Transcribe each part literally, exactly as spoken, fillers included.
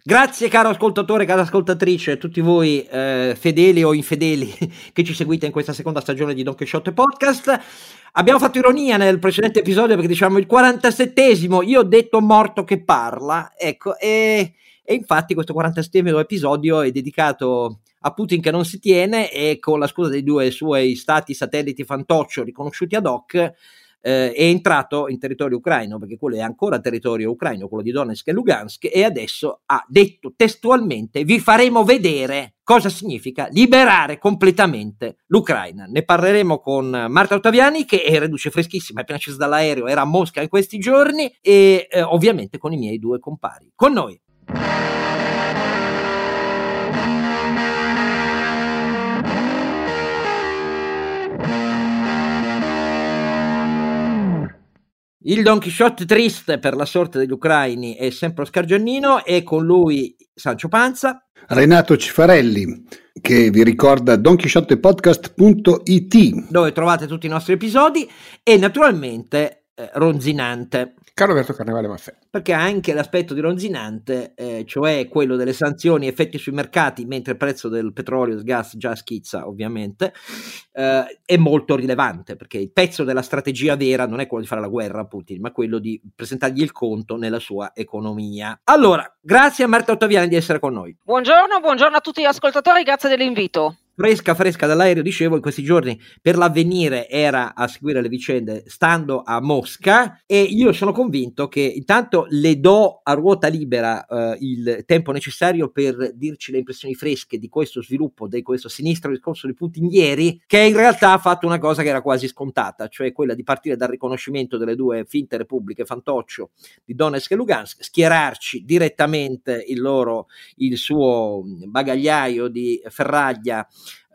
Grazie caro ascoltatore, cara ascoltatrice, tutti voi eh, fedeli o infedeli che ci seguite in questa seconda stagione di Don Chisciotte Podcast. Abbiamo fatto ironia nel precedente episodio perché diciamo il quarantasettesimo, io ho detto morto che parla, ecco, e, e infatti questo quarantasettesimo episodio è dedicato a Putin che non si tiene e con la scusa dei due suoi stati satelliti fantoccio riconosciuti ad hoc eh, è entrato in territorio ucraino, perché quello è ancora territorio ucraino, quello di Donetsk e Lugansk, e adesso ha detto testualmente: vi faremo vedere cosa significa liberare completamente l'Ucraina. Ne parleremo con Marta Ottaviani, che è reduce freschissima, appena scesa dall'aereo, era a Mosca in questi giorni, e eh, ovviamente con i miei due compari. Con noi il Don Chisciotte triste per la sorte degli ucraini è sempre Oscar Giannino, e con lui Sancio Panza, Renato Cifarelli, che vi ricorda don chisciotte podcast punto it, dove trovate tutti i nostri episodi, e naturalmente eh, Ronzinante. Carlo Carnevale Maffè. Perché anche l'aspetto di Ronzinante, eh, cioè quello delle sanzioni, effetti sui mercati, mentre il prezzo del petrolio e del gas già schizza ovviamente, eh, è molto rilevante, perché il pezzo della strategia vera non è quello di fare la guerra a Putin, ma quello di presentargli il conto nella sua economia. Allora, grazie a Marta Ottaviani di essere con noi. Buongiorno, buongiorno a tutti gli ascoltatori, grazie dell'invito. Fresca fresca dall'aereo, dicevo, in questi giorni per l'Avvenire era a seguire le vicende stando a Mosca, e io sono convinto che intanto le do a ruota libera eh, il tempo necessario per dirci le impressioni fresche di questo sviluppo, di questo sinistro discorso di Putin ieri, che in realtà ha fatto una cosa che era quasi scontata, cioè quella di partire dal riconoscimento delle due finte repubbliche fantoccio di Donetsk e Lugansk, schierarci direttamente il loro il suo bagagliaio di ferraglia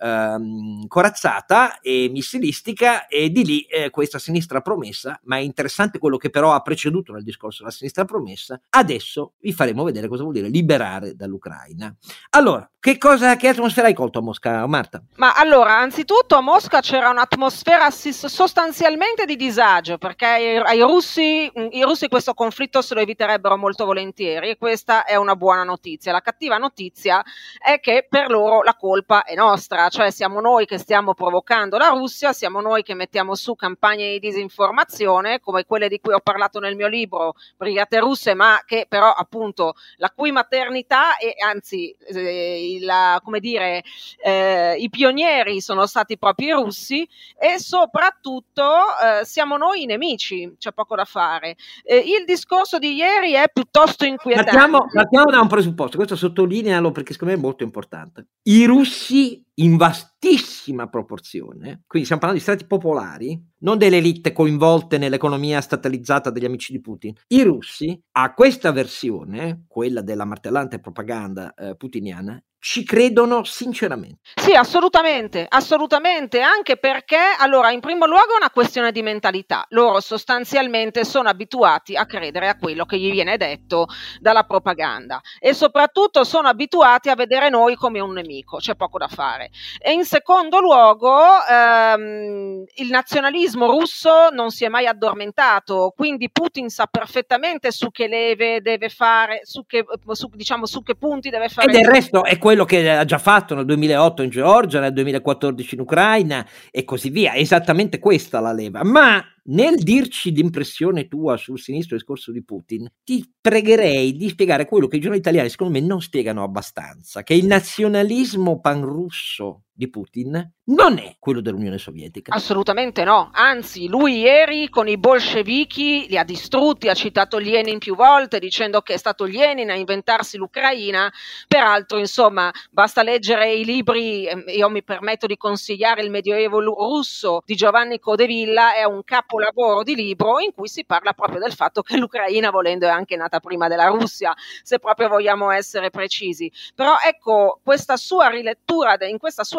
Ehm, corazzata e missilistica, e di lì eh, questa sinistra promessa. Ma è interessante quello che però ha preceduto nel discorso della sinistra promessa. Adesso vi faremo vedere cosa vuol dire liberare dall'Ucraina. Allora, che cosa, che atmosfera hai colto a Mosca, Marta? Ma allora, anzitutto a Mosca c'era un'atmosfera sostanzialmente di disagio, perché ai, ai russi, i russi questo conflitto se lo eviterebbero molto volentieri, e questa è una buona notizia. La cattiva notizia è che per loro la colpa è nostra, cioè siamo noi che stiamo provocando la Russia, siamo noi che mettiamo su campagne di disinformazione come quelle di cui ho parlato nel mio libro, Brigate Russe, ma che però appunto la cui maternità e anzi eh, la, come dire eh, i pionieri sono stati proprio i russi, e soprattutto eh, siamo noi i nemici, c'è poco da fare. Eh, il discorso di ieri è piuttosto inquietante. Partiamo, partiamo da un presupposto, questo sottolinealo perché secondo me è molto importante. I russi in vastissima proporzione, quindi stiamo parlando di strati popolari, non delle elite coinvolte nell'economia statalizzata degli amici di Putin. I russi a questa versione, quella della martellante propaganda eh, putiniana, ci credono sinceramente. Sì, assolutamente, assolutamente, anche perché, allora, in primo luogo è una questione di mentalità. Loro sostanzialmente sono abituati a credere a quello che gli viene detto dalla propaganda, e soprattutto sono abituati a vedere noi come un nemico, c'è poco da fare. E in secondo luogo, ehm, il nazionalismo russo non si è mai addormentato, quindi Putin sa perfettamente su che leve deve fare, su che, su, diciamo, su che punti deve fare. E del resto è quello che ha già fatto nel duemilaotto in Georgia, nel duemilaquattordici in Ucraina e così via. È esattamente questa la leva. Ma nel dirci l'impressione tua sul sinistro discorso di Putin, ti pregherei di spiegare quello che i giornali italiani secondo me non spiegano abbastanza, che il nazionalismo panrusso di Putin non è quello dell'Unione Sovietica. Assolutamente no, anzi lui ieri con i bolscevichi li ha distrutti, ha citato Lenin più volte dicendo che è stato Lenin a inventarsi l'Ucraina. Peraltro insomma basta leggere i libri, io mi permetto di consigliare Il Medioevo russo di Giovanni Codevilla, è un capolavoro di libro in cui si parla proprio del fatto che l'Ucraina volendo è anche nata prima della Russia, se proprio vogliamo essere precisi. Però ecco, questa sua rilettura, in questa sua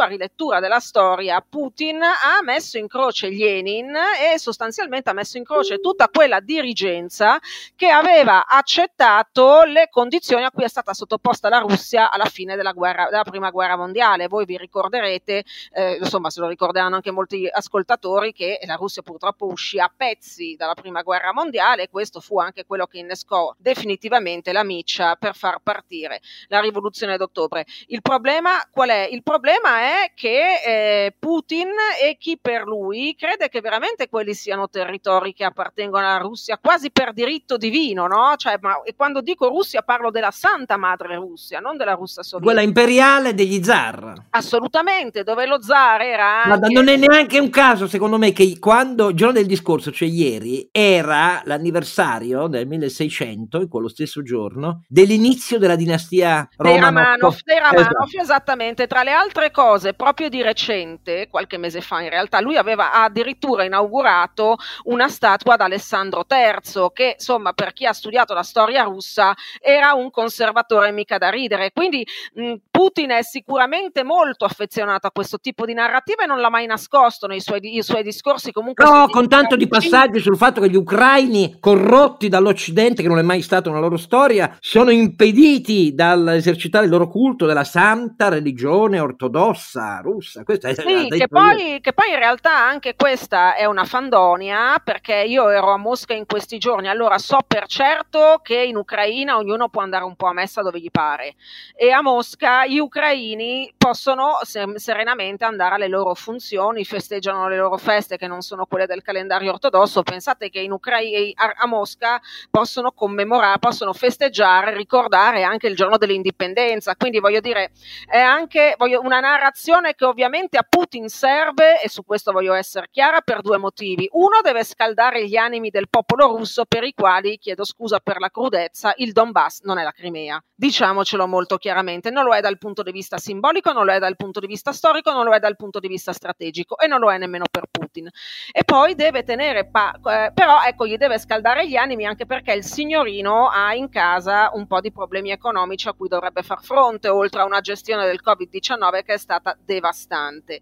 rilettura della storia, Putin ha messo in croce Lenin e sostanzialmente ha messo in croce tutta quella dirigenza che aveva accettato le condizioni a cui è stata sottoposta la Russia alla fine della guerra, della prima guerra mondiale. Voi vi ricorderete, eh, insomma se lo ricorderanno anche molti ascoltatori, che la Russia purtroppo uscì a pezzi dalla prima guerra mondiale, e questo fu anche quello che innescò definitivamente la miccia per far partire la rivoluzione d'ottobre. Il problema qual è? Il problema è che eh, Putin e chi per lui crede che veramente quelli siano territori che appartengono alla Russia quasi per diritto divino, no? Cioè, ma e quando dico Russia parlo della Santa Madre Russia, non della Russia sovietica. Quella imperiale degli zar. Assolutamente, dove lo zar era anche... Ma non è neanche un caso, secondo me, che quando il giorno del discorso, cioè ieri, era l'anniversario del milleseicento, in quello stesso giorno, dell'inizio della dinastia dei Romanov, dei Romanov, esatto. Esattamente. Tra le altre cose, proprio di recente, qualche mese fa in realtà, lui aveva addirittura inaugurato una statua ad Alessandro terzo, che insomma per chi ha studiato la storia russa era un conservatore mica da ridere. Quindi mh, Putin è sicuramente molto affezionato a questo tipo di narrativa e non l'ha mai nascosto nei suoi, nei suoi discorsi. Comunque no, con tanto di passaggi sul fatto che gli ucraini corrotti dall'Occidente, che non è mai stata una loro storia, sono impediti dall'esercitare il loro culto della santa religione ortodossa russa. Questa è sì, che poi, che poi in realtà anche questa è una fandonia, perché io ero a Mosca in questi giorni, allora so per certo che in Ucraina ognuno può andare un po' a messa dove gli pare, e a Mosca gli ucraini possono se- serenamente andare alle loro funzioni, festeggiano le loro feste che non sono quelle del calendario ortodosso. Pensate che in Ucraina, a, a Mosca possono commemorare, possono festeggiare, ricordare anche il giorno dell'indipendenza. Quindi voglio dire, è anche voglio, una narrazione che ovviamente a Putin serve, e su questo voglio essere chiara, per due motivi. Uno, deve scaldare gli animi del popolo russo, per i quali, chiedo scusa per la crudezza, il Donbass non è la Crimea. Diciamocelo molto chiaramente, non lo è dal punto di vista simbolico, non lo è dal punto di vista storico, non lo è dal punto di vista strategico, e non lo è nemmeno per Putin. E poi deve tenere, pa- eh, però ecco, gli deve scaldare gli animi, anche perché il signorino ha in casa un po' di problemi economici a cui dovrebbe far fronte, oltre a una gestione del covid diciannove che è stata devastante.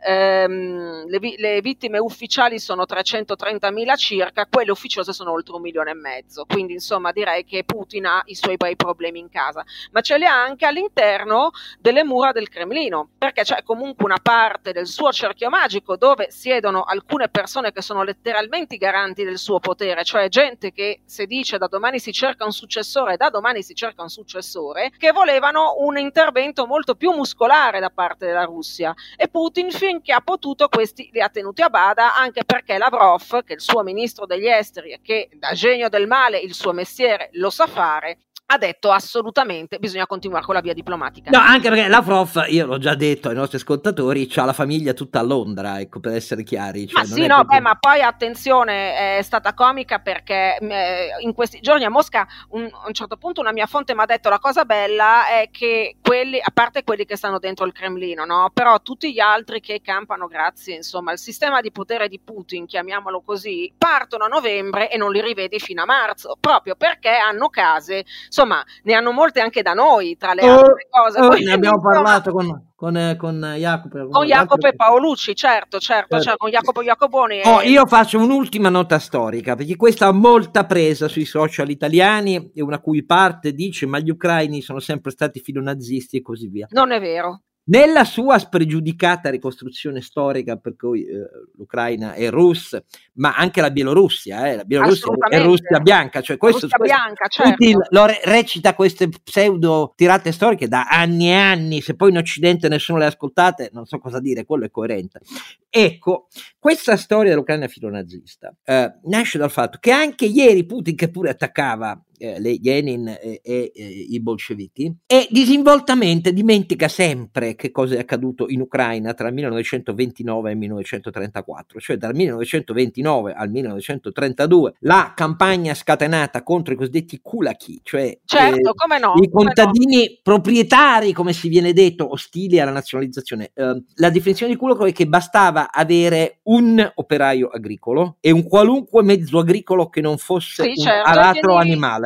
Ehm, le, vi- le vittime ufficiali sono trecentotrentamila circa, quelle ufficiose sono oltre un milione e mezzo, quindi insomma direi che Putin ha i suoi bei problemi in casa, ma ce li ha anche all'interno delle mura del Cremlino, perché c'è comunque una parte del suo cerchio magico dove siedono alcune persone che sono letteralmente i garanti del suo potere, cioè gente che se dice da domani si cerca un successore, da domani si cerca un successore, che volevano un intervento molto più muscolare da parte della Russia, e Putin finché ha potuto questi li ha tenuti a bada, anche perché Lavrov, che è il suo ministro degli esteri e che da genio del male il suo mestiere lo sa fare, ha detto assolutamente bisogna continuare con la via diplomatica. No, anche perché Lavrov, io l'ho già detto ai nostri ascoltatori, c'ha la famiglia tutta a Londra, ecco, per essere chiari. Cioè, ma sì, no, proprio... beh, ma poi attenzione, è stata comica perché eh, in questi giorni a Mosca un, a un certo punto una mia fonte mi ha detto la cosa bella è che quelli, a parte quelli che stanno dentro il Cremlino, no, però tutti gli altri che campano grazie, insomma, al sistema di potere di Putin, chiamiamolo così, partono a novembre e non li rivedi fino a marzo, proprio perché hanno case. Insomma, ne hanno molte anche da noi, tra le oh, altre cose. Oh, Poi, ne abbiamo insomma, parlato con, con, con Jacopo. Con Jacopo e Paolucci, certo, certo, certo, cioè, con Jacopo Jacoboni. Oh, e... Io faccio un'ultima nota storica, perché questa ha molta presa sui social italiani, e una cui parte dice ma gli ucraini sono sempre stati filonazisti e così via. Non è vero. Nella sua spregiudicata ricostruzione storica, per cui eh, l'Ucraina è russa, ma anche la Bielorussia, eh, la Bielorussia è Russia bianca, cioè questo, Russia questo bianca, certo. Putin lo re- recita queste pseudo tirate storiche da anni e anni, se poi in Occidente nessuno le ha ascoltate, non so cosa dire, quello è coerente. Ecco, questa storia dell'Ucraina filonazista eh, nasce dal fatto che anche ieri Putin, che pure attaccava eh, le Lenin e, e, e i bolscevichi, e disinvoltamente dimentica sempre che cosa è accaduto in Ucraina tra il millenovecentoventinove e il millenovecentotrentaquattro, cioè dal millenovecentoventinove al millenovecentotrentadue, la campagna scatenata contro i cosiddetti kulaki, cioè certo, eh, come no, i contadini come no. proprietari, come si viene detto, ostili alla nazionalizzazione. Eh, la definizione di kulako è che bastava avere un operaio agricolo e un qualunque mezzo agricolo che non fosse sì, un certo, aratro venivi, animale.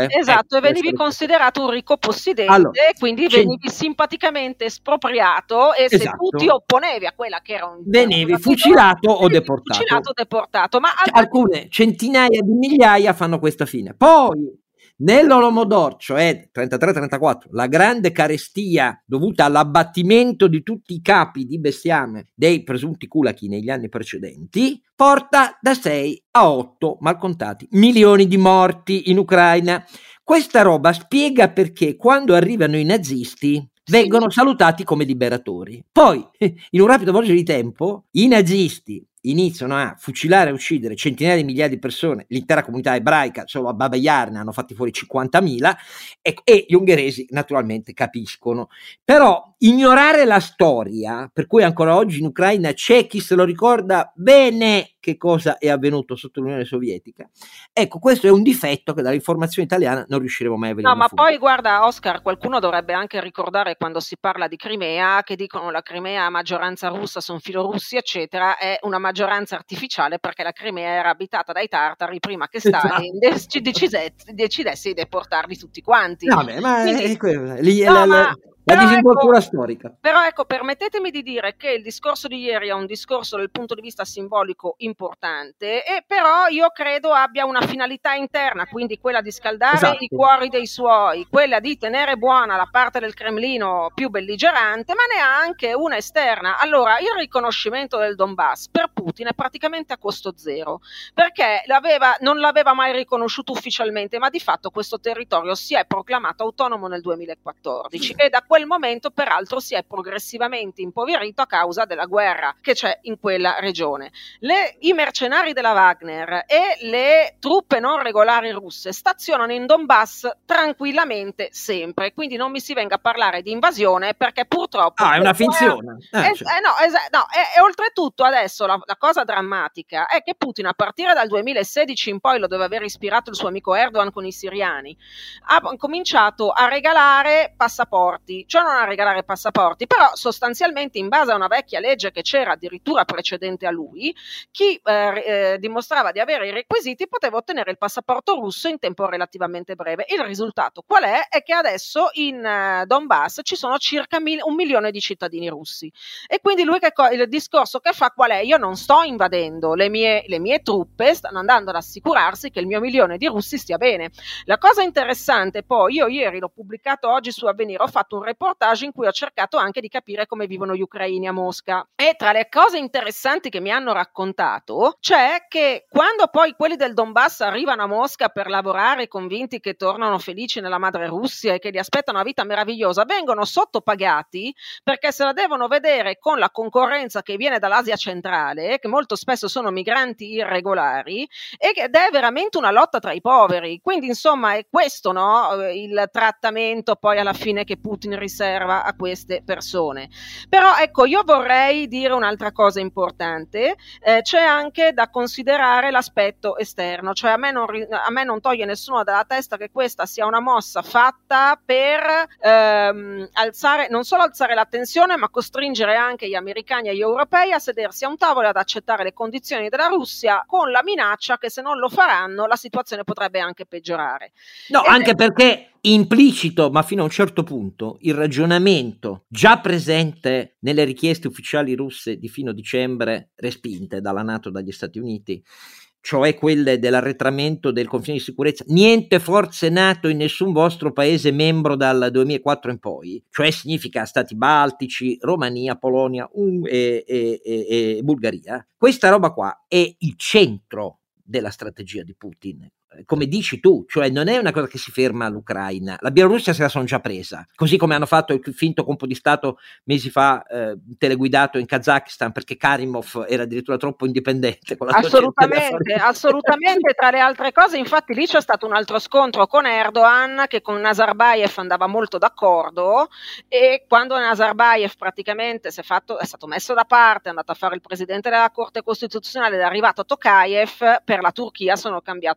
eh. Esatto, eh, e venivi considerato un ricco possidente, allora, quindi cent- venivi simpaticamente espropriato e se esatto. tu ti opponevi a quella che era un venivi fucilato o deportato. fucilato o deportato. Ma Cioè, alcune centinaia di migliaia fanno questa fine. Poi nell'Holodomor, cioè trentatré trentaquattro, la grande carestia dovuta all'abbattimento di tutti i capi di bestiame dei presunti kulaki negli anni precedenti porta da sei a otto, mal contati, milioni di morti in Ucraina. Questa roba spiega perché quando arrivano i nazisti vengono salutati come liberatori. Poi, in un rapido volgere di tempo, i nazisti iniziano a fucilare e uccidere centinaia di migliaia di persone, l'intera comunità ebraica, solo a Baba Yar ne hanno fatti fuori cinquantamila, e, e gli ungheresi naturalmente capiscono. Però ignorare la storia, per cui ancora oggi in Ucraina c'è chi se lo ricorda bene che cosa è avvenuto sotto l'Unione Sovietica, ecco, questo è un difetto che dall'informazione italiana non riusciremo mai a vedere. No, ma poi guarda Oscar, qualcuno dovrebbe anche ricordare quando si parla di Crimea, che dicono la Crimea a maggioranza russa, sono filorussi eccetera, è una maggioranza artificiale perché la Crimea era abitata dai tartari prima che Stalin esatto. decidesse, decidesse di deportarli tutti quanti. No, beh, ma Quindi, è quello, lì, no, la, ma, la, la disinvoltura ecco, storica. Però ecco, permettetemi di dire che il discorso di ieri è un discorso dal punto di vista simbolico importante, e però io credo abbia una finalità interna, quindi quella di scaldare esatto. i cuori dei suoi, quella di tenere buona la parte del Cremlino più belligerante, ma ne ha anche una esterna. Allora, il riconoscimento del Donbass per Putin è praticamente a costo zero, perché l'aveva, non l'aveva mai riconosciuto ufficialmente, ma di fatto questo territorio si è proclamato autonomo nel duemilaquattordici e da quel momento peraltro si è progressivamente impoverito a causa della guerra che c'è in quella regione. Le, i mercenari della Wagner e le truppe non regolari russe stazionano in Donbass tranquillamente sempre, quindi non mi si venga a parlare di invasione perché purtroppo ah, è una finzione eh, eh, cioè. eh, no, es- no, e, e oltretutto adesso la, la cosa drammatica è che Putin a partire dal duemilasedici in poi, lo deve aver ispirato il suo amico Erdogan con i siriani, ha cominciato a regalare passaporti, cioè non a regalare passaporti, però sostanzialmente in base a una vecchia legge che c'era addirittura precedente a lui, chi eh, eh, dimostrava di avere i requisiti poteva ottenere il passaporto russo in tempo relativamente breve. Il risultato qual è? È che adesso in uh, Donbass ci sono circa mil- un milione di cittadini russi, e quindi lui che co- il discorso che fa qual è? Io non sto invadendo, le mie, le mie truppe stanno andando ad assicurarsi che il mio milione di russi stia bene. La cosa interessante poi, io ieri l'ho pubblicato oggi su Avvenire, ho fatto un reportage in cui ho cercato anche di capire come vivono gli ucraini a Mosca, e tra le cose interessanti che mi hanno raccontato c'è che quando poi quelli del Donbass arrivano a Mosca per lavorare convinti che tornano felici nella madre Russia e che li aspettano una vita meravigliosa, vengono sottopagati perché se la devono vedere con la concorrenza che viene dall'Asia centrale, che molto spesso sono migranti irregolari, ed è veramente una lotta tra i poveri. Quindi insomma è questo, no, il trattamento poi alla fine che Putin riserva a queste persone. Però ecco, io vorrei dire un'altra cosa importante, eh, c'è anche da considerare l'aspetto esterno, cioè a me, non, a me non toglie nessuno dalla testa che questa sia una mossa fatta per ehm, alzare, non solo alzare la tensione, ma costringere anche gli americani e gli europei a sedersi a un tavolo e ad accettare le condizioni della Russia, con la minaccia che se non lo faranno la situazione potrebbe anche peggiorare. No, Ed anche è... perché implicito, ma fino a un certo punto, il ragionamento già presente nelle richieste ufficiali russe di fino dicembre, respinte dalla NATO e dagli Stati Uniti, cioè quelle dell'arretramento del confine di sicurezza, niente forze NATO in nessun vostro paese membro dal duemilaquattro in poi, cioè significa stati baltici, Romania, Polonia um, e, e, e, e Bulgaria. Questa roba qua è il centro della strategia di Putin, come dici tu, cioè non è una cosa che si ferma all'Ucraina. La Bielorussia se la sono già presa, così come hanno fatto il finto colpo di stato mesi fa, eh, teleguidato in Kazakistan, perché Karimov era addirittura troppo indipendente con la assolutamente, assolutamente. Tra le altre cose, infatti lì c'è stato un altro scontro con Erdogan, che con Nazarbayev andava molto d'accordo, e quando Nazarbayev praticamente si è, fatto, è stato messo da parte, è andato a fare il presidente della Corte Costituzionale ed è arrivato Tokayev, per la Turchia sono cambiate un po' di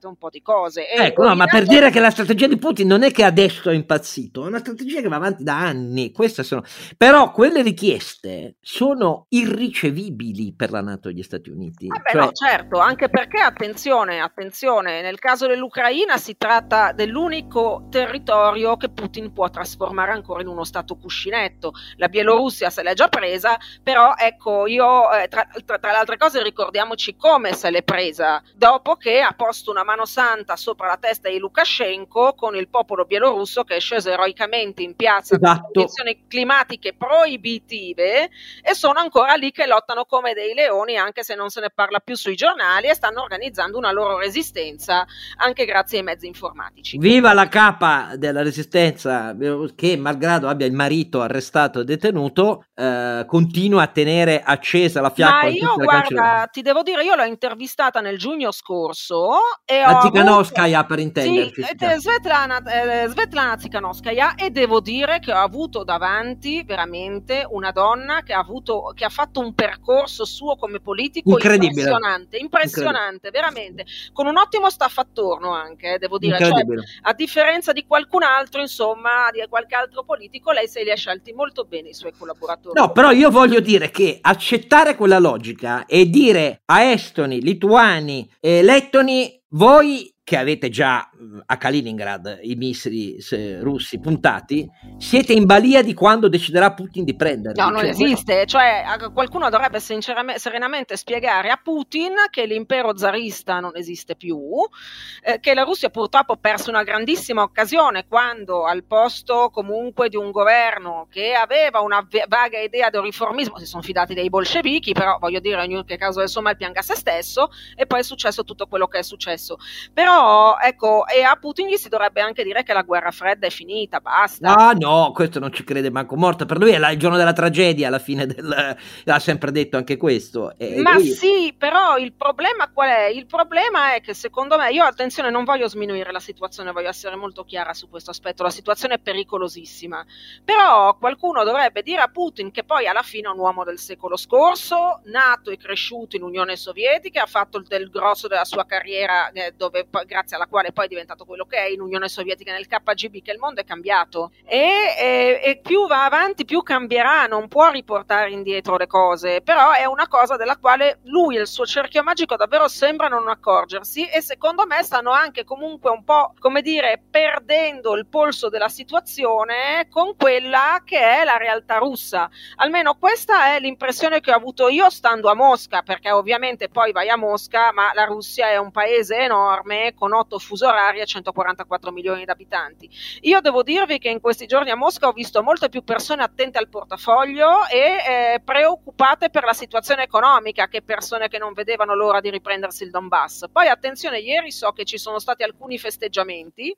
cose. E ecco, no, ma per dire che la strategia di Putin non è che adesso è impazzito, è una strategia che va avanti da anni. Queste sono, però quelle richieste sono irricevibili per la NATO e gli Stati Uniti. Eh beh, cioè... no, certo, anche perché attenzione, attenzione, nel caso dell'Ucraina si tratta dell'unico territorio che Putin può trasformare ancora in uno stato cuscinetto. La Bielorussia se l'è già presa, però ecco, io eh, tra, tra, tra le altre cose ricordiamoci come se l'è presa, dopo che ha posto una mano santa sopra la testa di Lukashenko con il popolo bielorusso che è sceso eroicamente in piazza esatto. con condizioni climatiche proibitive e sono ancora lì che lottano come dei leoni, anche se non se ne parla più sui giornali, e stanno organizzando una loro resistenza anche grazie ai mezzi informatici. Viva la capa della resistenza che, malgrado abbia il marito arrestato e detenuto, eh, continua a tenere accesa la fiaccola. Ma io, guarda, ti devo dire, io l'ho intervistata nel giugno scorso e la ho Tsikhanouskaya, avuto... per intenderci. Sì, eh, Svetlana, eh, Svetlana Tsikhanouskaya, e devo dire che ho avuto davanti veramente una donna che ha avuto, che ha fatto un percorso suo come politico impressionante, impressionante, veramente, con un ottimo staff attorno anche, eh, devo dire, cioè, a differenza di qualcun altro, insomma, di qualche altro politico, lei se li ha scelti molto bene i suoi collaboratori. No, però io voglio dire che accettare quella logica e dire a estoni, lituani e lettoni, voi che avete già a Kaliningrad i missili se, russi puntati, siete in balia di quando deciderà Putin di prenderli. No, non cioè, esiste, cioè qualcuno dovrebbe sinceramente, serenamente spiegare a Putin che l'impero zarista non esiste più, eh, che la Russia purtroppo ha perso una grandissima occasione quando al posto comunque di un governo che aveva una vaga idea del riformismo, si sono fidati dei bolscevichi, però voglio dire, in ogni caso insomma il pianga se stesso, e poi è successo tutto quello che è successo. Però ecco, e a Putin gli si dovrebbe anche dire che la guerra fredda è finita, basta. Ah no, questo non ci crede manco morto, per lui è la, il giorno della tragedia, alla fine del, ha sempre detto anche questo. E Ma lui... sì, però il problema qual è? Il problema è che secondo me, io attenzione, non voglio sminuire la situazione, voglio essere molto chiara su questo aspetto, la situazione è pericolosissima, però qualcuno dovrebbe dire a Putin che poi alla fine è un uomo del secolo scorso, nato e cresciuto in Unione Sovietica, ha fatto il del grosso della sua carriera, eh, dove grazie alla quale poi è diventato quello che è in Unione Sovietica, nel K G B, che il mondo è cambiato e, e, e più va avanti più cambierà, non può riportare indietro le cose, però è una cosa della quale lui e il suo cerchio magico davvero sembrano non accorgersi, e secondo me stanno anche comunque un po', come dire, perdendo il polso della situazione con quella che è la realtà russa. Almeno questa è l'impressione che ho avuto io stando a Mosca, perché ovviamente poi vai a Mosca, ma la Russia è un paese enorme con otto fuso orari e centoquarantaquattro milioni di abitanti. Io devo dirvi che in questi giorni a Mosca ho visto molte più persone attente al portafoglio e eh, preoccupate per la situazione economica che persone che non vedevano l'ora di riprendersi il Donbass. Poi attenzione, ieri so che ci sono stati alcuni festeggiamenti,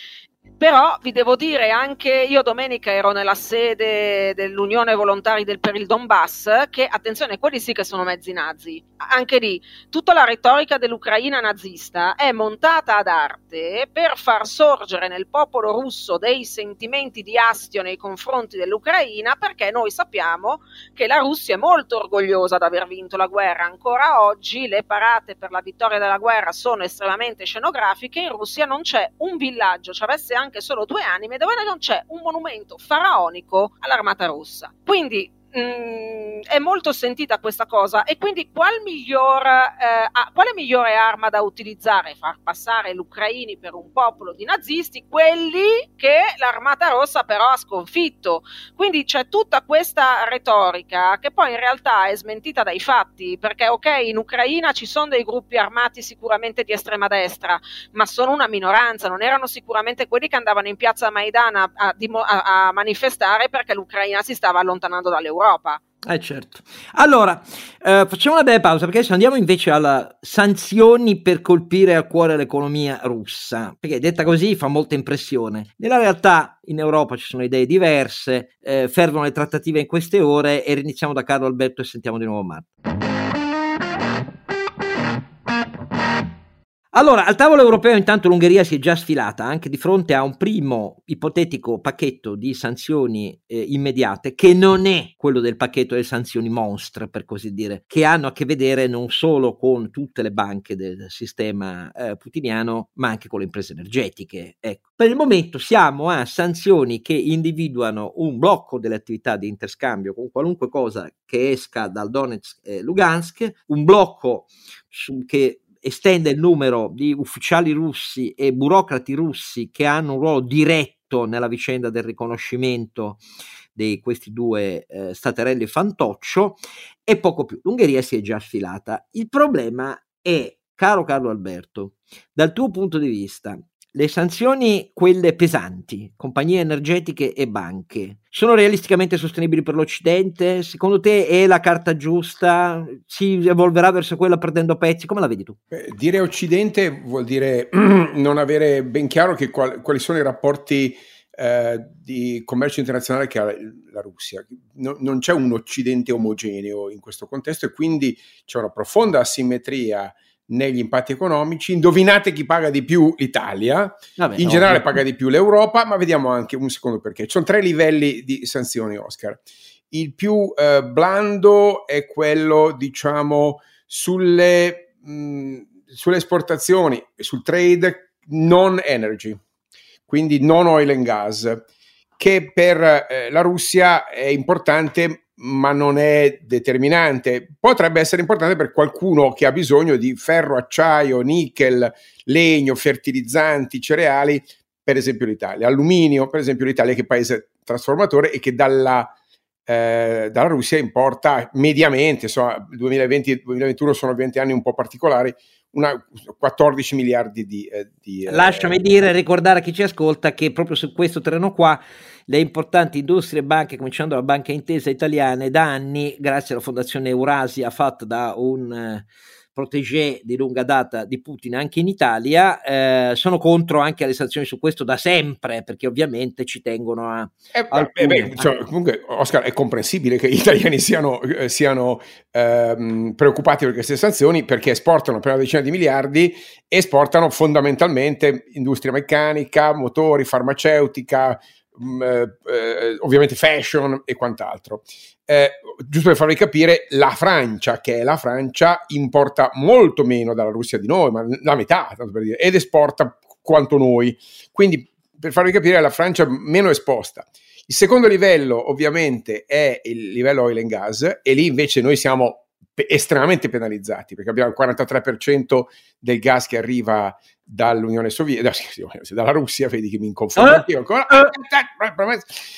però vi devo dire, anche io domenica ero nella sede dell'Unione Volontari del, per il Donbass, che attenzione, quelli sì che sono mezzi nazi. Anche lì tutta la retorica dell'Ucraina nazista è montata ad arte per far sorgere nel popolo russo dei sentimenti di astio nei confronti dell'Ucraina, perché noi sappiamo che la Russia è molto orgogliosa di aver vinto la guerra. Ancora oggi le parate per la vittoria della guerra sono estremamente scenografiche. In Russia non c'è un villaggio, ci avesse anche solo due anime, dove non c'è un monumento faraonico all'Armata Rossa. Quindi mh, è molto sentita questa cosa, e quindi qual miglior, eh, a, quale migliore arma da utilizzare? Far passare gli ucraini per un popolo di nazisti, quelli che l'Armata Rossa però ha sconfitto. Quindi c'è tutta questa retorica che poi in realtà è smentita dai fatti, perché ok, in Ucraina ci sono dei gruppi armati sicuramente di estrema destra, ma sono una minoranza, non erano sicuramente quelli che andavano in piazza Maidan a, a, a, a manifestare perché l'Ucraina si stava allontanando dall'Europa. Eh certo. Allora, eh, facciamo una bella pausa, perché adesso andiamo invece alle sanzioni per colpire a cuore l'economia russa, perché detta così fa molta impressione. Nella realtà in Europa ci sono idee diverse, eh, fervono le trattative in queste ore, e riniziamo da Carlo Alberto e sentiamo di nuovo Marco. Allora, al tavolo europeo intanto l'Ungheria si è già sfilata anche di fronte a un primo ipotetico pacchetto di sanzioni eh, immediate, che non è quello del pacchetto delle sanzioni monstre, per così dire, che hanno a che vedere non solo con tutte le banche del sistema eh, putiniano, ma anche con le imprese energetiche. Ecco. Per il momento siamo a sanzioni che individuano un blocco delle attività di interscambio con qualunque cosa che esca dal Donetsk e Lugansk, un blocco su, che estende il numero di ufficiali russi e burocrati russi che hanno un ruolo diretto nella vicenda del riconoscimento di questi due eh, staterelli fantoccio e poco più. L'Ungheria si è già sfilata. Il problema è, caro Carlo Alberto, dal tuo punto di vista, le sanzioni, quelle pesanti, compagnie energetiche e banche, sono realisticamente sostenibili per l'Occidente? Secondo te è la carta giusta? Si evolverà verso quella perdendo pezzi? Come la vedi tu? Beh, dire Occidente vuol dire non avere ben chiaro che qual- quali sono i rapporti eh, di commercio internazionale che ha la Russia. No, non c'è un Occidente omogeneo in questo contesto e quindi c'è una profonda asimmetria negli impatti economici. Indovinate chi paga di più? L'Italia. Vabbè, in no, generale no. paga di più l'Europa, ma vediamo anche un secondo perché. Ci sono tre livelli di sanzioni, Oscar. Il più eh, blando è quello, diciamo, sulle, mh, sulle esportazioni, sul trade non energy, quindi non oil and gas, che per eh, la Russia è importante ma non è determinante. Potrebbe essere importante per qualcuno che ha bisogno di ferro, acciaio, nickel, legno, fertilizzanti, cereali, per esempio l'Italia. Alluminio, per esempio l'Italia che è paese trasformatore e che dalla, eh, dalla Russia importa mediamente, insomma, duemilaventi duemilaventuno sono venti anni un po' particolari, una quattordici miliardi di... Eh, di Lasciami eh, dire e ricordare a chi ci ascolta che proprio su questo terreno qua le importanti industrie e banche, cominciando dalla Banca Intesa italiane, da anni, grazie alla fondazione Eurasia fatta da un eh, protégé di lunga data di Putin anche in Italia, eh, sono contro anche alle sanzioni su questo da sempre, perché ovviamente ci tengono a... Eh, beh, beh, cioè, comunque, Oscar, è comprensibile che gli italiani siano, eh, siano ehm, preoccupati per queste sanzioni, perché esportano per una decina di miliardi, esportano fondamentalmente industria meccanica, motori, farmaceutica, mh, eh, ovviamente fashion e quant'altro. Eh, giusto per farvi capire, la Francia, che è la Francia, importa molto meno dalla Russia di noi, ma la metà, tanto per dire, ed esporta quanto noi. Quindi, per farvi capire, la Francia meno esposta. Il secondo livello, ovviamente, è il livello oil and gas, e lì invece noi siamo pe- estremamente penalizzati, perché abbiamo il quarantatré per cento del gas che arriva dall'Unione Sovietica, dalla Russia, vedi che mi inconfondo Eh, anch'io ancora. eh.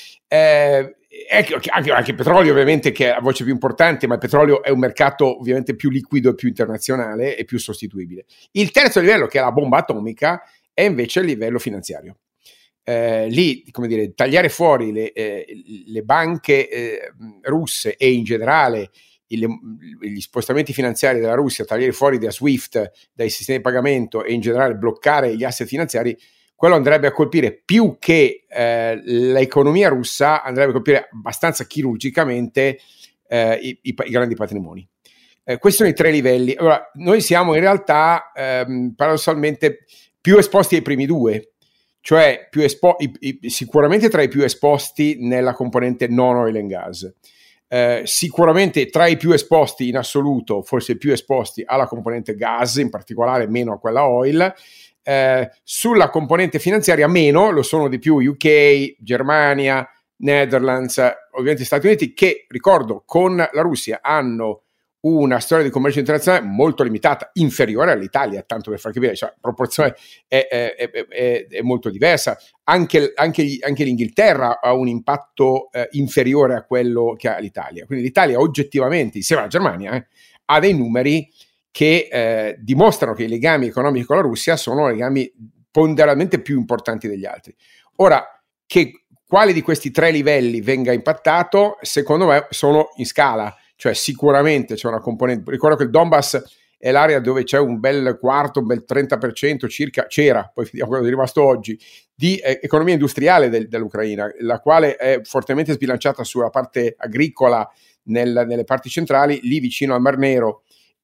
Eh, anche, anche il petrolio, ovviamente, che è la voce più importante, ma il petrolio è un mercato ovviamente più liquido e più internazionale e più sostituibile. Il terzo livello, che è la bomba atomica, è invece il livello finanziario. Eh, lì, come dire, tagliare fuori le, eh, le banche eh, russe e in generale il, gli spostamenti finanziari della Russia, tagliare fuori da SWIFT, dai sistemi di pagamento e in generale bloccare gli asset finanziari, quello andrebbe a colpire più che eh, l'economia russa, andrebbe a colpire abbastanza chirurgicamente eh, i, i, i grandi patrimoni. Eh, questi sono i tre livelli. Allora, noi siamo in realtà ehm, paradossalmente più esposti ai primi due, cioè più espo- i, i, sicuramente tra i più esposti nella componente non oil and gas. Eh, sicuramente tra i più esposti in assoluto, forse più esposti alla componente gas, in particolare meno a quella oil. Eh, sulla componente finanziaria meno, lo sono di più U K, Germania, Netherlands, ovviamente Stati Uniti, che, ricordo, con la Russia hanno una storia di commercio internazionale molto limitata, inferiore all'Italia, tanto per far capire, cioè, la proporzione è, è, è, è, è molto diversa. Anche, anche, anche l'Inghilterra ha un impatto eh, inferiore a quello che ha l'Italia. Quindi l'Italia oggettivamente, insieme alla Germania, eh, ha dei numeri che eh, dimostrano che i legami economici con la Russia sono legami ponderalmente più importanti degli altri. Ora, che quale di questi tre livelli venga impattato, secondo me sono in scala, cioè sicuramente c'è una componente, ricordo che il Donbass è l'area dove c'è un bel quarto, un bel trenta per cento circa, c'era, poi vediamo quello che è rimasto oggi, di eh, economia industriale del, dell'Ucraina, la quale è fortemente sbilanciata sulla parte agricola nel, nelle parti centrali, lì vicino al Mar Nero,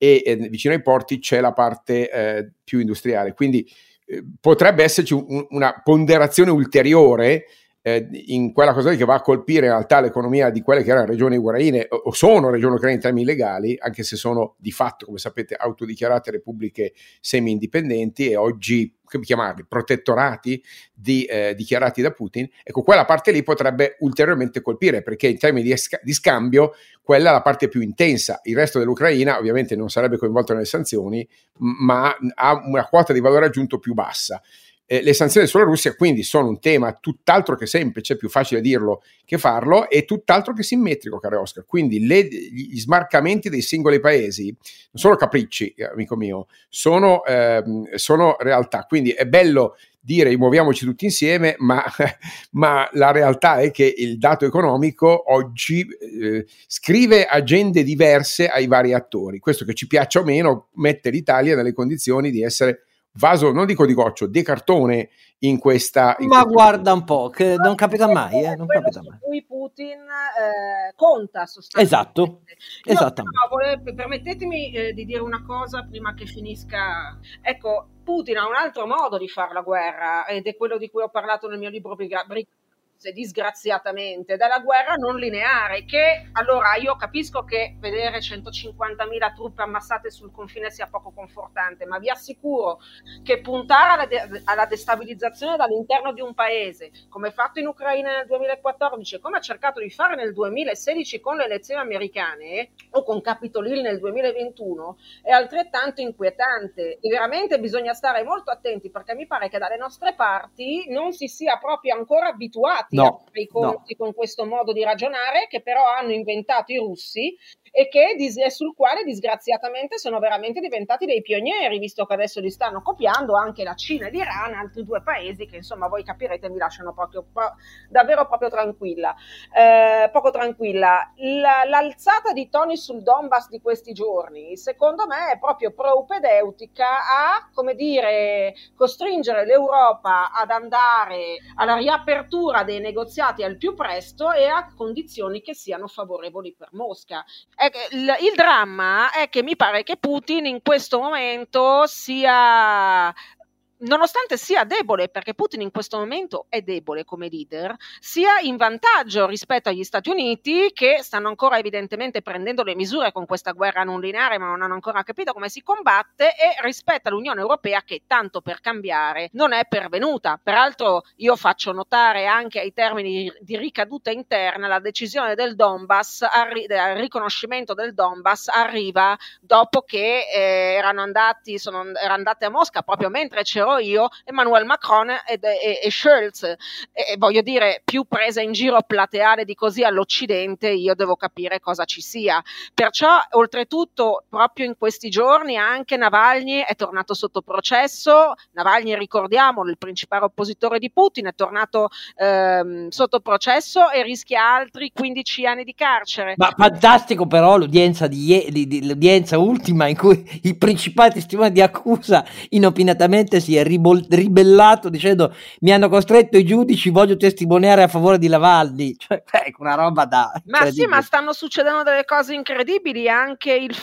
e eh, vicino ai porti c'è la parte eh, più industriale, quindi eh, potrebbe esserci un, una ponderazione ulteriore eh, in quella cosa che va a colpire in realtà l'economia di quelle che erano regioni ucraine o, o sono regioni ucraine in termini legali, anche se sono di fatto, come sapete, autodichiarate repubbliche semi-indipendenti e oggi, come chiamarli, protettorati di, eh, dichiarati da Putin. Ecco, quella parte lì potrebbe ulteriormente colpire, perché in termini di, esca- di scambio quella è la parte più intensa. Il resto dell'Ucraina ovviamente non sarebbe coinvolto nelle sanzioni, m- ma ha una quota di valore aggiunto più bassa. Eh, le sanzioni sulla Russia quindi sono un tema tutt'altro che semplice, è più facile dirlo che farlo, e tutt'altro che simmetrico, caro Oscar. Quindi le, gli smarcamenti dei singoli paesi non sono capricci, amico mio, sono, ehm, sono realtà. Quindi è bello dire muoviamoci tutti insieme, ma, ma la realtà è che il dato economico oggi eh, scrive agende diverse ai vari attori. Questo, che ci piaccia o meno, mette l'Italia nelle condizioni di essere vaso, non dico di goccio, di cartone in questa... In Ma questa guarda un po', che non capita mai, eh? Non capita mai. Su cui Putin eh, conta sostanzialmente. Esatto, Io esattamente. però volevo, permettetemi eh, di dire una cosa prima che finisca. Ecco, Putin ha un altro modo di fare la guerra, ed è quello di cui ho parlato nel mio libro Briga- Briga- disgraziatamente, dalla guerra non lineare, che allora io capisco che vedere centocinquantamila truppe ammassate sul confine sia poco confortante, ma vi assicuro che puntare alla, de- alla destabilizzazione dall'interno di un paese, come fatto in Ucraina nel duemilaquattordici e come ha cercato di fare nel duemilasedici con le elezioni americane o con Capitol Hill nel duemilaventuno, è altrettanto inquietante, e veramente bisogna stare molto attenti, perché mi pare che dalle nostre parti non si sia proprio ancora abituati No, a fare i conti no. con questo modo di ragionare che però hanno inventato i russi, e che dis- sul quale disgraziatamente sono veramente diventati dei pionieri, visto che adesso li stanno copiando anche la Cina e l'Iran, altri due paesi che insomma voi capirete mi lasciano proprio po- davvero proprio tranquilla, eh, poco tranquilla. La, l'alzata di toni sul Donbass di questi giorni secondo me è proprio propedeutica a, come dire, costringere l'Europa ad andare alla riapertura dei negoziati al più presto e a condizioni che siano favorevoli per Mosca. Il, il dramma è che mi pare che Putin in questo momento sia, nonostante sia debole, perché Putin in questo momento è debole come leader, sia in vantaggio rispetto agli Stati Uniti, che stanno ancora evidentemente prendendo le misure con questa guerra non lineare, ma non hanno ancora capito come si combatte, e rispetto all'Unione Europea, che tanto per cambiare non è pervenuta. Peraltro io faccio notare anche ai termini di ricaduta interna, la decisione del Donbass, arri- del riconoscimento del Donbass arriva dopo che eh, erano andati, sono, erano andate a Mosca, proprio mentre c'ero io, Emmanuel Macron ed, e, e Scholz, e, e voglio dire, più presa in giro plateale di così all'Occidente io devo capire cosa ci sia. Perciò oltretutto proprio in questi giorni anche Navalny è tornato sotto processo. Navalny, ricordiamolo, il principale oppositore di Putin, è tornato ehm, sotto processo e rischia altri quindici anni di carcere. Ma fantastico però l'udienza, di, di, di, l'udienza ultima in cui il principale testimone di accusa inopinatamente si è ribol- ribellato dicendo mi hanno costretto i giudici, voglio testimoniare a favore di Navalny, cioè ecco, una roba da ma sì, ma stanno succedendo delle cose incredibili, anche il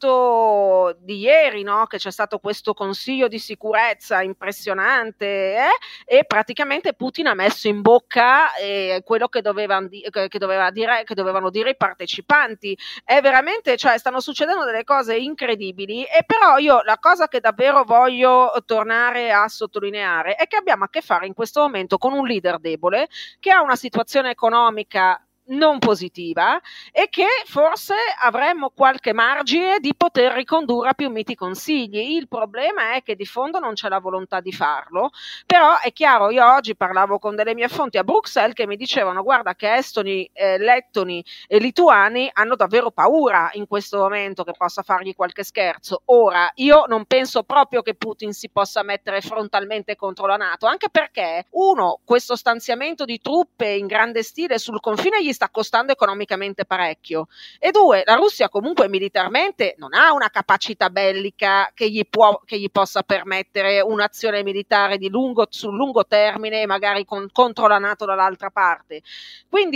fatto di ieri, no? Che c'è stato questo consiglio di sicurezza impressionante, eh? E praticamente Putin ha messo in bocca eh, quello che, doveva, che, doveva dire, che dovevano dire i partecipanti. È veramente, cioè stanno succedendo delle cose incredibili, e però io la cosa che davvero voglio tornare a sottolineare è che abbiamo a che fare in questo momento con un leader debole, che ha una situazione economica non positiva, e che forse avremmo qualche margine di poter ricondurre a più miti consigli. Il problema è che di fondo non c'è la volontà di farlo, però è chiaro, io oggi parlavo con delle mie fonti a Bruxelles che mi dicevano guarda che estoni, eh, lettoni e lituani hanno davvero paura in questo momento che possa fargli qualche scherzo. Ora, io non penso proprio che Putin si possa mettere frontalmente contro la NATO, anche perché uno, questo stanziamento di truppe in grande stile sul confine gli sta costando economicamente parecchio, e due, la Russia comunque militarmente non ha una capacità bellica che gli, può, che gli possa permettere un'azione militare di lungo, sul lungo termine, magari con, contro la NATO dall'altra parte. Quindi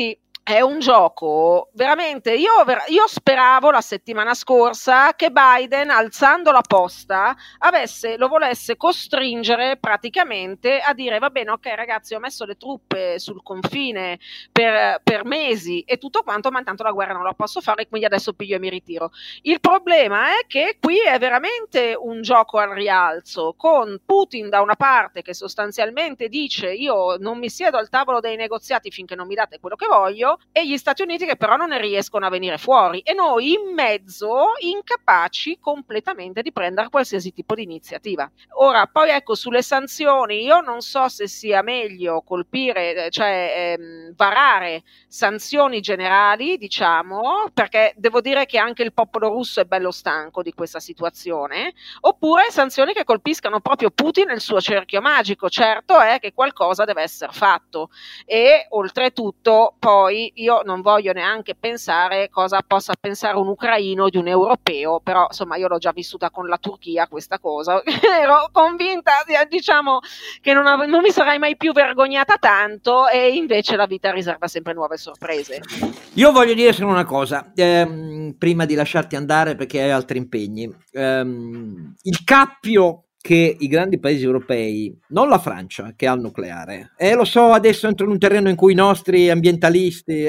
è un gioco veramente, io, io speravo la settimana scorsa che Biden, alzando la posta, avesse, lo volesse costringere praticamente a dire va bene, ok ragazzi, ho messo le truppe sul confine per, per mesi e tutto quanto, ma intanto la guerra non la posso fare, quindi adesso piglio e mi ritiro. Il problema è che qui è veramente un gioco al rialzo, con Putin da una parte che sostanzialmente dice io non mi siedo al tavolo dei negoziati finché non mi date quello che voglio, e gli Stati Uniti che però non ne riescono a venire fuori, e noi in mezzo incapaci completamente di prendere qualsiasi tipo di iniziativa. Ora poi ecco, sulle sanzioni io non so se sia meglio colpire, cioè ehm, varare sanzioni generali, diciamo, perché devo dire che anche il popolo russo è bello stanco di questa situazione, oppure sanzioni che colpiscano proprio Putin nel suo cerchio magico. Certo è che qualcosa deve essere fatto, e oltretutto poi io non voglio neanche pensare cosa possa pensare un ucraino di un europeo, però insomma io l'ho già vissuta con la Turchia questa cosa, ero convinta, diciamo, che non, av- non mi sarei mai più vergognata tanto, e invece la vita riserva sempre nuove sorprese. Io voglio dire solo una cosa, ehm, prima di lasciarti andare perché hai altri impegni. Ehm, il cappio che i grandi paesi europei, non la Francia che ha il nucleare, e eh, lo so, adesso entro in un terreno in cui i nostri ambientalisti,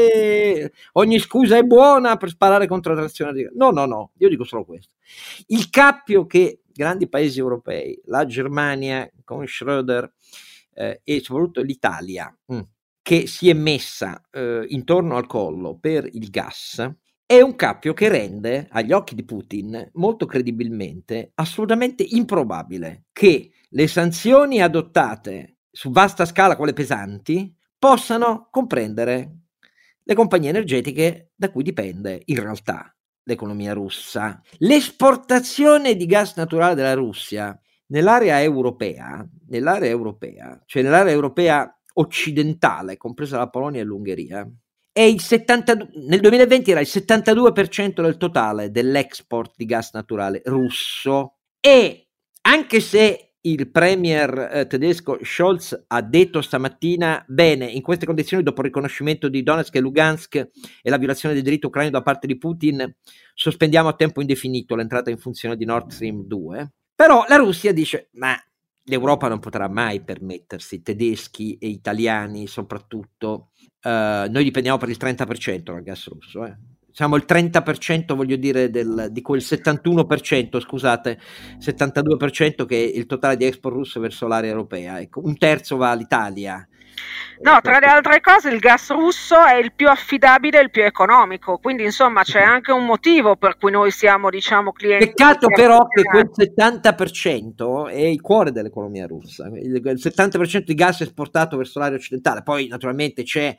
eh, ogni scusa è buona per sparare contro la trazione. No, no, no, io dico solo questo. Il cappio che grandi paesi europei, la Germania con Schröder eh, e soprattutto l'Italia, mh, che si è messa eh, intorno al collo per il gas, è un cappio che rende, agli occhi di Putin, molto credibilmente, assolutamente improbabile che le sanzioni adottate su vasta scala, quelle pesanti, possano comprendere le compagnie energetiche da cui dipende in realtà l'economia russa. L'esportazione di gas naturale della Russia nell'area europea, nell'area europea, cioè nell'area europea occidentale, compresa la Polonia e l'Ungheria, è il settantadue, nel duemilaventi era il settantadue per cento del totale dell'export di gas naturale russo, e anche se il premier eh, tedesco Scholz ha detto stamattina bene, in queste condizioni, dopo il riconoscimento di Donetsk e Lugansk e la violazione del diritto ucraino da parte di Putin, sospendiamo a tempo indefinito l'entrata in funzione di Nord Stream due, però la Russia dice ma l'Europa non potrà mai permettersi, tedeschi e italiani soprattutto, uh, noi dipendiamo per il trenta per cento dal gas russo, eh. Siamo il trenta per cento, voglio dire, del, di quel settantuno per cento, scusate, settantadue per cento che è il totale di export russo verso l'area europea, ecco, un terzo va all'Italia. No, tra le altre cose il gas russo è il più affidabile e il più economico, quindi insomma c'è anche un motivo per cui noi siamo, diciamo, clienti. Peccato però che quel settanta per cento è il cuore dell'economia russa, il settanta per cento di gas esportato verso l'area occidentale, poi naturalmente c'è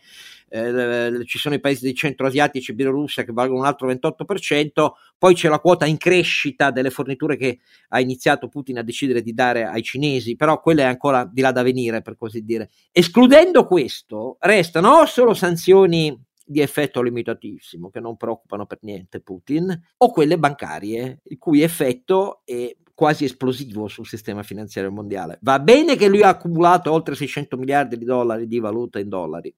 Eh, ci sono i paesi dei centro-asiatici e Bielorussia che valgono un altro ventotto per cento, poi c'è la quota in crescita delle forniture che ha iniziato Putin a decidere di dare ai cinesi, però quella è ancora di là da venire, per così dire. Escludendo questo, restano o solo sanzioni di effetto limitatissimo che non preoccupano per niente Putin, o quelle bancarie il cui effetto è quasi esplosivo sul sistema finanziario mondiale. Va bene che lui ha accumulato oltre seicento miliardi di dollari di valuta in dollari,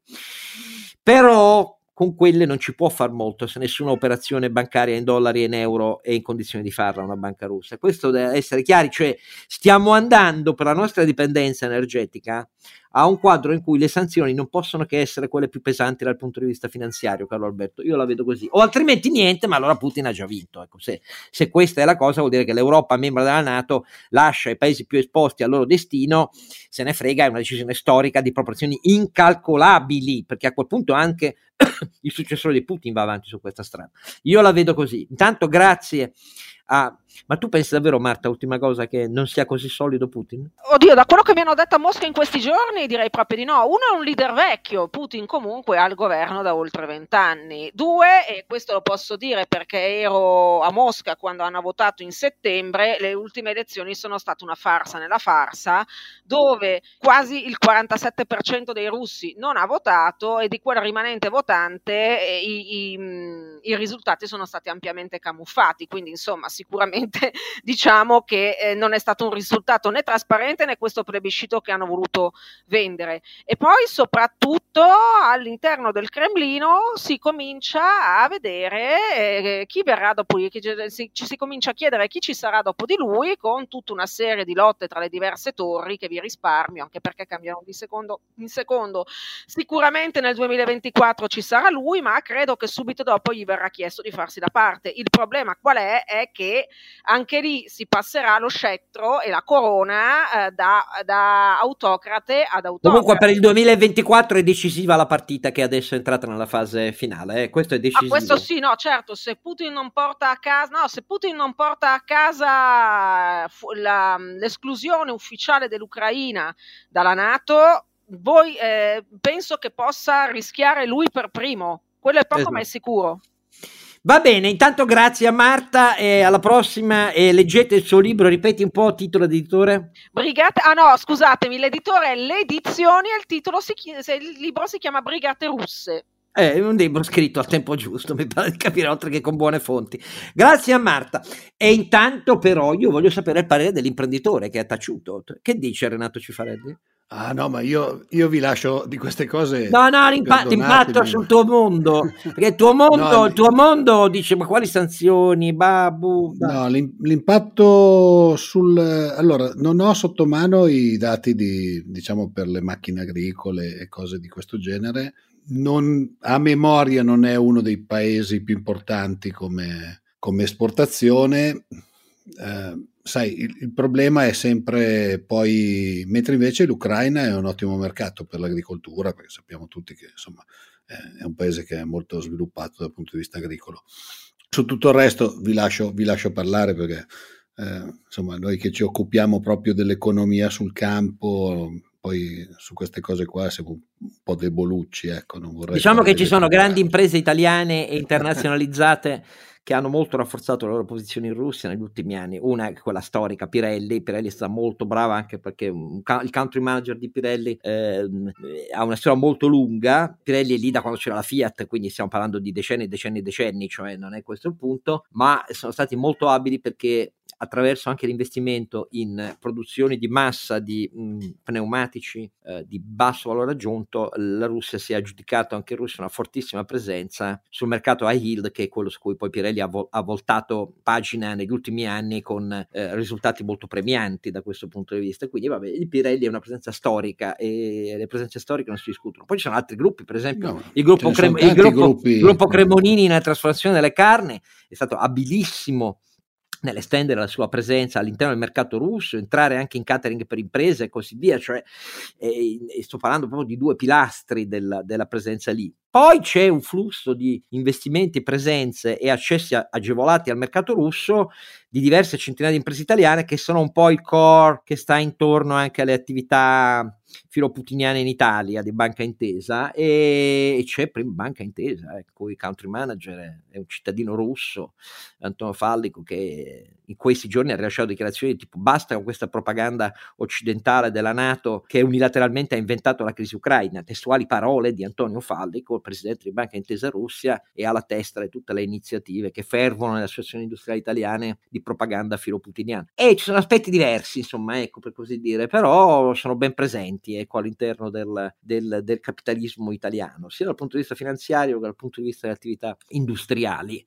però con quelle non ci può far molto se nessuna operazione bancaria in dollari e in euro è in condizione di farla una banca russa. Questo deve essere chiaro, cioè stiamo andando per la nostra dipendenza energetica a un quadro in cui le sanzioni non possono che essere quelle più pesanti dal punto di vista finanziario, Carlo Alberto, io la vedo così, o altrimenti niente, ma allora Putin ha già vinto, ecco, se, se questa è la cosa vuol dire che l'Europa, membro della NATO, lascia i paesi più esposti al loro destino, se ne frega, è una decisione storica di proporzioni incalcolabili, perché a quel punto anche il successore di Putin va avanti su questa strada. Io la vedo così. Intanto grazie a... Ma tu pensi davvero, Marta, ultima cosa, che non sia così solido Putin? Oddio, da quello che mi hanno detto a Mosca in questi giorni direi proprio di no. Uno è un leader vecchio, Putin comunque ha il governo da oltre vent'anni. Due, e questo lo posso dire perché ero a Mosca quando hanno votato in settembre, le ultime elezioni sono state una farsa nella farsa, dove quasi il quarantasette per cento dei russi non ha votato e di quel rimanente votante i, i, i risultati sono stati ampiamente camuffati. Quindi insomma, sicuramente diciamo che eh, non è stato un risultato né trasparente né questo plebiscito che hanno voluto vendere. E poi soprattutto all'interno del Cremlino si comincia a vedere eh, chi verrà dopo lui, chi, si, ci si comincia a chiedere chi ci sarà dopo di lui, con tutta una serie di lotte tra le diverse torri che vi risparmio, anche perché cambiano di secondo in secondo. Sicuramente nel duemilaventiquattro ci sarà lui, ma credo che subito dopo gli verrà chiesto di farsi da parte. Il problema qual è? È che anche lì si passerà lo scettro e la corona eh, da, da autocrate ad autocrate. Comunque per il duemilaventiquattro è decisiva la partita che adesso è entrata nella fase finale, eh. Questo è decisivo. Ah, questo sì, no, certo, se Putin non porta a casa, no, se Putin non porta a casa la, l'esclusione ufficiale dell'Ucraina dalla NATO, voi eh, penso che possa rischiare lui per primo, quello è poco esatto. Ma è sicuro. Va bene, intanto grazie a Marta e alla prossima, e leggete il suo libro, ripeti un po' titolo editore. Brigate, ah no, scusatemi, l'editore è Le Edizioni e il titolo si, il libro si chiama Brigate Russe. È un libro scritto al tempo giusto, mi pare di capire, oltre che con buone fonti. Grazie a Marta. E intanto però io voglio sapere il parere dell'imprenditore che ha taciuto. Che dice Renato Cifarelli? Ah no, ma io, io vi lascio di queste cose. No, no, l'impatto sul tuo mondo, perché il tuo mondo, no, il tuo mondo dice ma quali sanzioni, babu? No, l'impatto sul... Allora, non ho sotto mano i dati di, diciamo, per le macchine agricole e cose di questo genere. Non, a memoria non è uno dei paesi più importanti come, come esportazione. Eh, sai, il, il problema è sempre poi, mentre invece l'Ucraina è un ottimo mercato per l'agricoltura, perché sappiamo tutti che insomma eh, è un paese che è molto sviluppato dal punto di vista agricolo. Su tutto il resto vi lascio, vi lascio parlare, perché eh, insomma noi che ci occupiamo proprio dell'economia sul campo, poi su queste cose qua siamo un po' debolucci, ecco, non vorrei diciamo che ci sono grandi imprese italiane e internazionalizzate che hanno molto rafforzato le loro posizioni in Russia negli ultimi anni. Una è quella storica, Pirelli. Pirelli è stata molto brava, anche perché un, il country manager di Pirelli eh, ha una storia molto lunga. Pirelli è lì da quando c'era la Fiat, quindi stiamo parlando di decenni e decenni e decenni, cioè non è questo il punto, ma sono stati molto abili perché attraverso anche l'investimento in produzioni di massa di mh, pneumatici eh, di basso valore aggiunto, la Russia si è aggiudicato, anche in Russia, una fortissima presenza sul mercato high yield, che è quello su cui poi Pirelli ha, vo- ha voltato pagina negli ultimi anni con eh, risultati molto premianti da questo punto di vista. Quindi vabbè, il Pirelli è una presenza storica e le presenze storiche non si discutono. Poi ci sono altri gruppi, per esempio no, il, gruppo Crem- il, gruppo, il gruppo Cremonini nella trasformazione delle carni è stato abilissimo nell'estendere la sua presenza all'interno del mercato russo, entrare anche in catering per imprese e così via, cioè eh, sto parlando proprio di due pilastri della, della presenza lì. Poi c'è un flusso di investimenti, presenze e accessi agevolati al mercato russo di diverse centinaia di imprese italiane, che sono un po' il core che sta intorno anche alle attività filoputiniane in Italia di Banca Intesa, e, e c'è prima Banca Intesa, ecco, il country manager è un cittadino russo, Antonio Fallico, che in questi giorni ha rilasciato dichiarazioni tipo basta con questa propaganda occidentale della NATO che unilateralmente ha inventato la crisi ucraina, testuali parole di Antonio Fallico, presidente di Banca Intesa Russia, e alla testa di tutte le iniziative che fervono nelle associazioni industriali italiane di propaganda filoputiniana. E ci sono aspetti diversi, insomma, ecco, per così dire, però sono ben presenti, ecco, all'interno del, del, del capitalismo italiano, sia dal punto di vista finanziario che dal punto di vista delle attività industriali.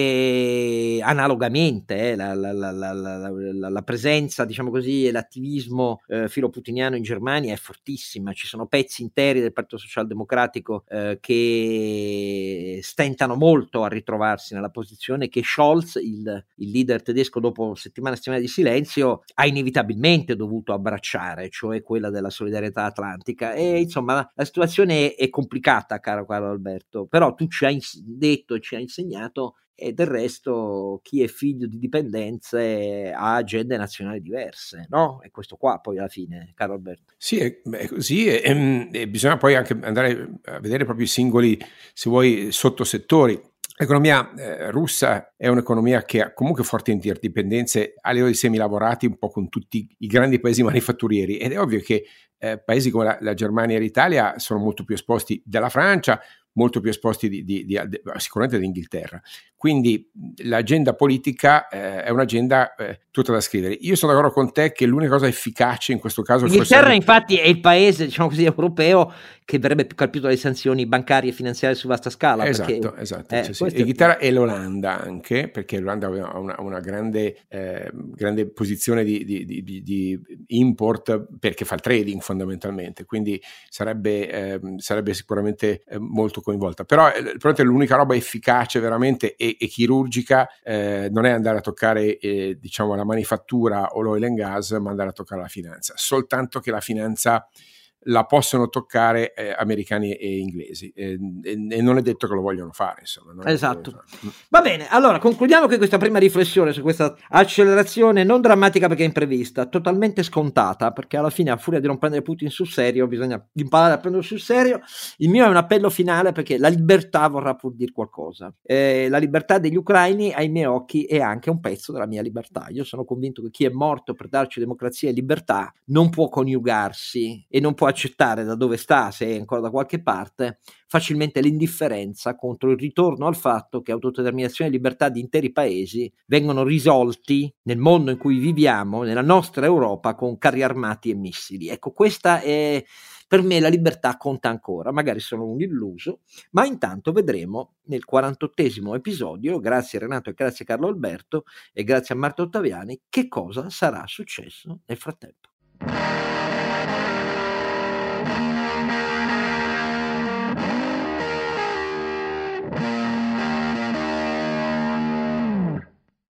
E analogamente eh, la, la, la, la, la, la, la presenza, diciamo così, e l'attivismo eh, filoputiniano in Germania è fortissima. Ci sono pezzi interi del Partito Socialdemocratico eh, che stentano molto a ritrovarsi nella posizione che Scholz, il, il leader tedesco, dopo settimane e settimane di silenzio, ha inevitabilmente dovuto abbracciare, cioè quella della solidarietà atlantica. E insomma la situazione è, è complicata, caro Carlo Alberto, però tu ci hai detto e ci hai insegnato, e del resto chi è figlio di dipendenze ha agende nazionali diverse, no? E questo qua poi alla fine, caro Alberto. Sì, è, è così, e, e, e bisogna poi anche andare a vedere proprio i singoli, se vuoi, sottosettori. L'economia eh, russa è un'economia che ha comunque forti interdipendenze a livello di semilavorati, un po' con tutti i grandi paesi manifatturieri, ed è ovvio che eh, paesi come la, la Germania e l'Italia sono molto più esposti della Francia, molto più esposti di, di, di, di, sicuramente dell'Inghilterra. Quindi l'agenda politica eh, è un'agenda eh, tutta da scrivere. Io sono d'accordo con te che l'unica cosa efficace in questo caso... L'Inghilterra forse... infatti è il paese, diciamo così, europeo che verrebbe più colpito dalle sanzioni bancarie e finanziarie su vasta scala. Esatto, perché, esatto. eh, Sì, sì. L'Inghilterra e l'Olanda anche, perché l'Olanda ha una, una grande, eh, grande posizione di, di, di, di import perché fa il trading fondamentalmente, quindi sarebbe, eh, sarebbe sicuramente eh, molto coinvolta. Però eh, l'unica roba efficace veramente e, e chirurgica eh, non è andare a toccare eh, diciamo la manifattura o l'oil and gas, ma andare a toccare la finanza. Soltanto che la finanza la possono toccare eh, americani e inglesi e, e, e non è detto che lo vogliono fare, insomma. Non esatto. Fare. Va bene, allora concludiamo qui questa prima riflessione su questa accelerazione non drammatica perché è imprevista, totalmente scontata, perché alla fine a furia di non prendere Putin sul serio bisogna imparare a prenderlo sul serio. Il mio è un appello finale perché la libertà vorrà pur dire qualcosa. Eh, la libertà degli ucraini ai miei occhi è anche un pezzo della mia libertà. Io sono convinto che chi è morto per darci democrazia e libertà non può coniugarsi e non può accettare da dove sta, se è ancora da qualche parte, facilmente l'indifferenza contro il ritorno al fatto che autodeterminazione e libertà di interi paesi vengono risolti nel mondo in cui viviamo, nella nostra Europa, con carri armati e missili. Ecco, questa è, per me la libertà conta ancora, magari sono un illuso, ma intanto vedremo nel quarantottesimo episodio, grazie a Renato e grazie a Carlo Alberto e grazie a Marta Ottaviani, che cosa sarà successo nel frattempo.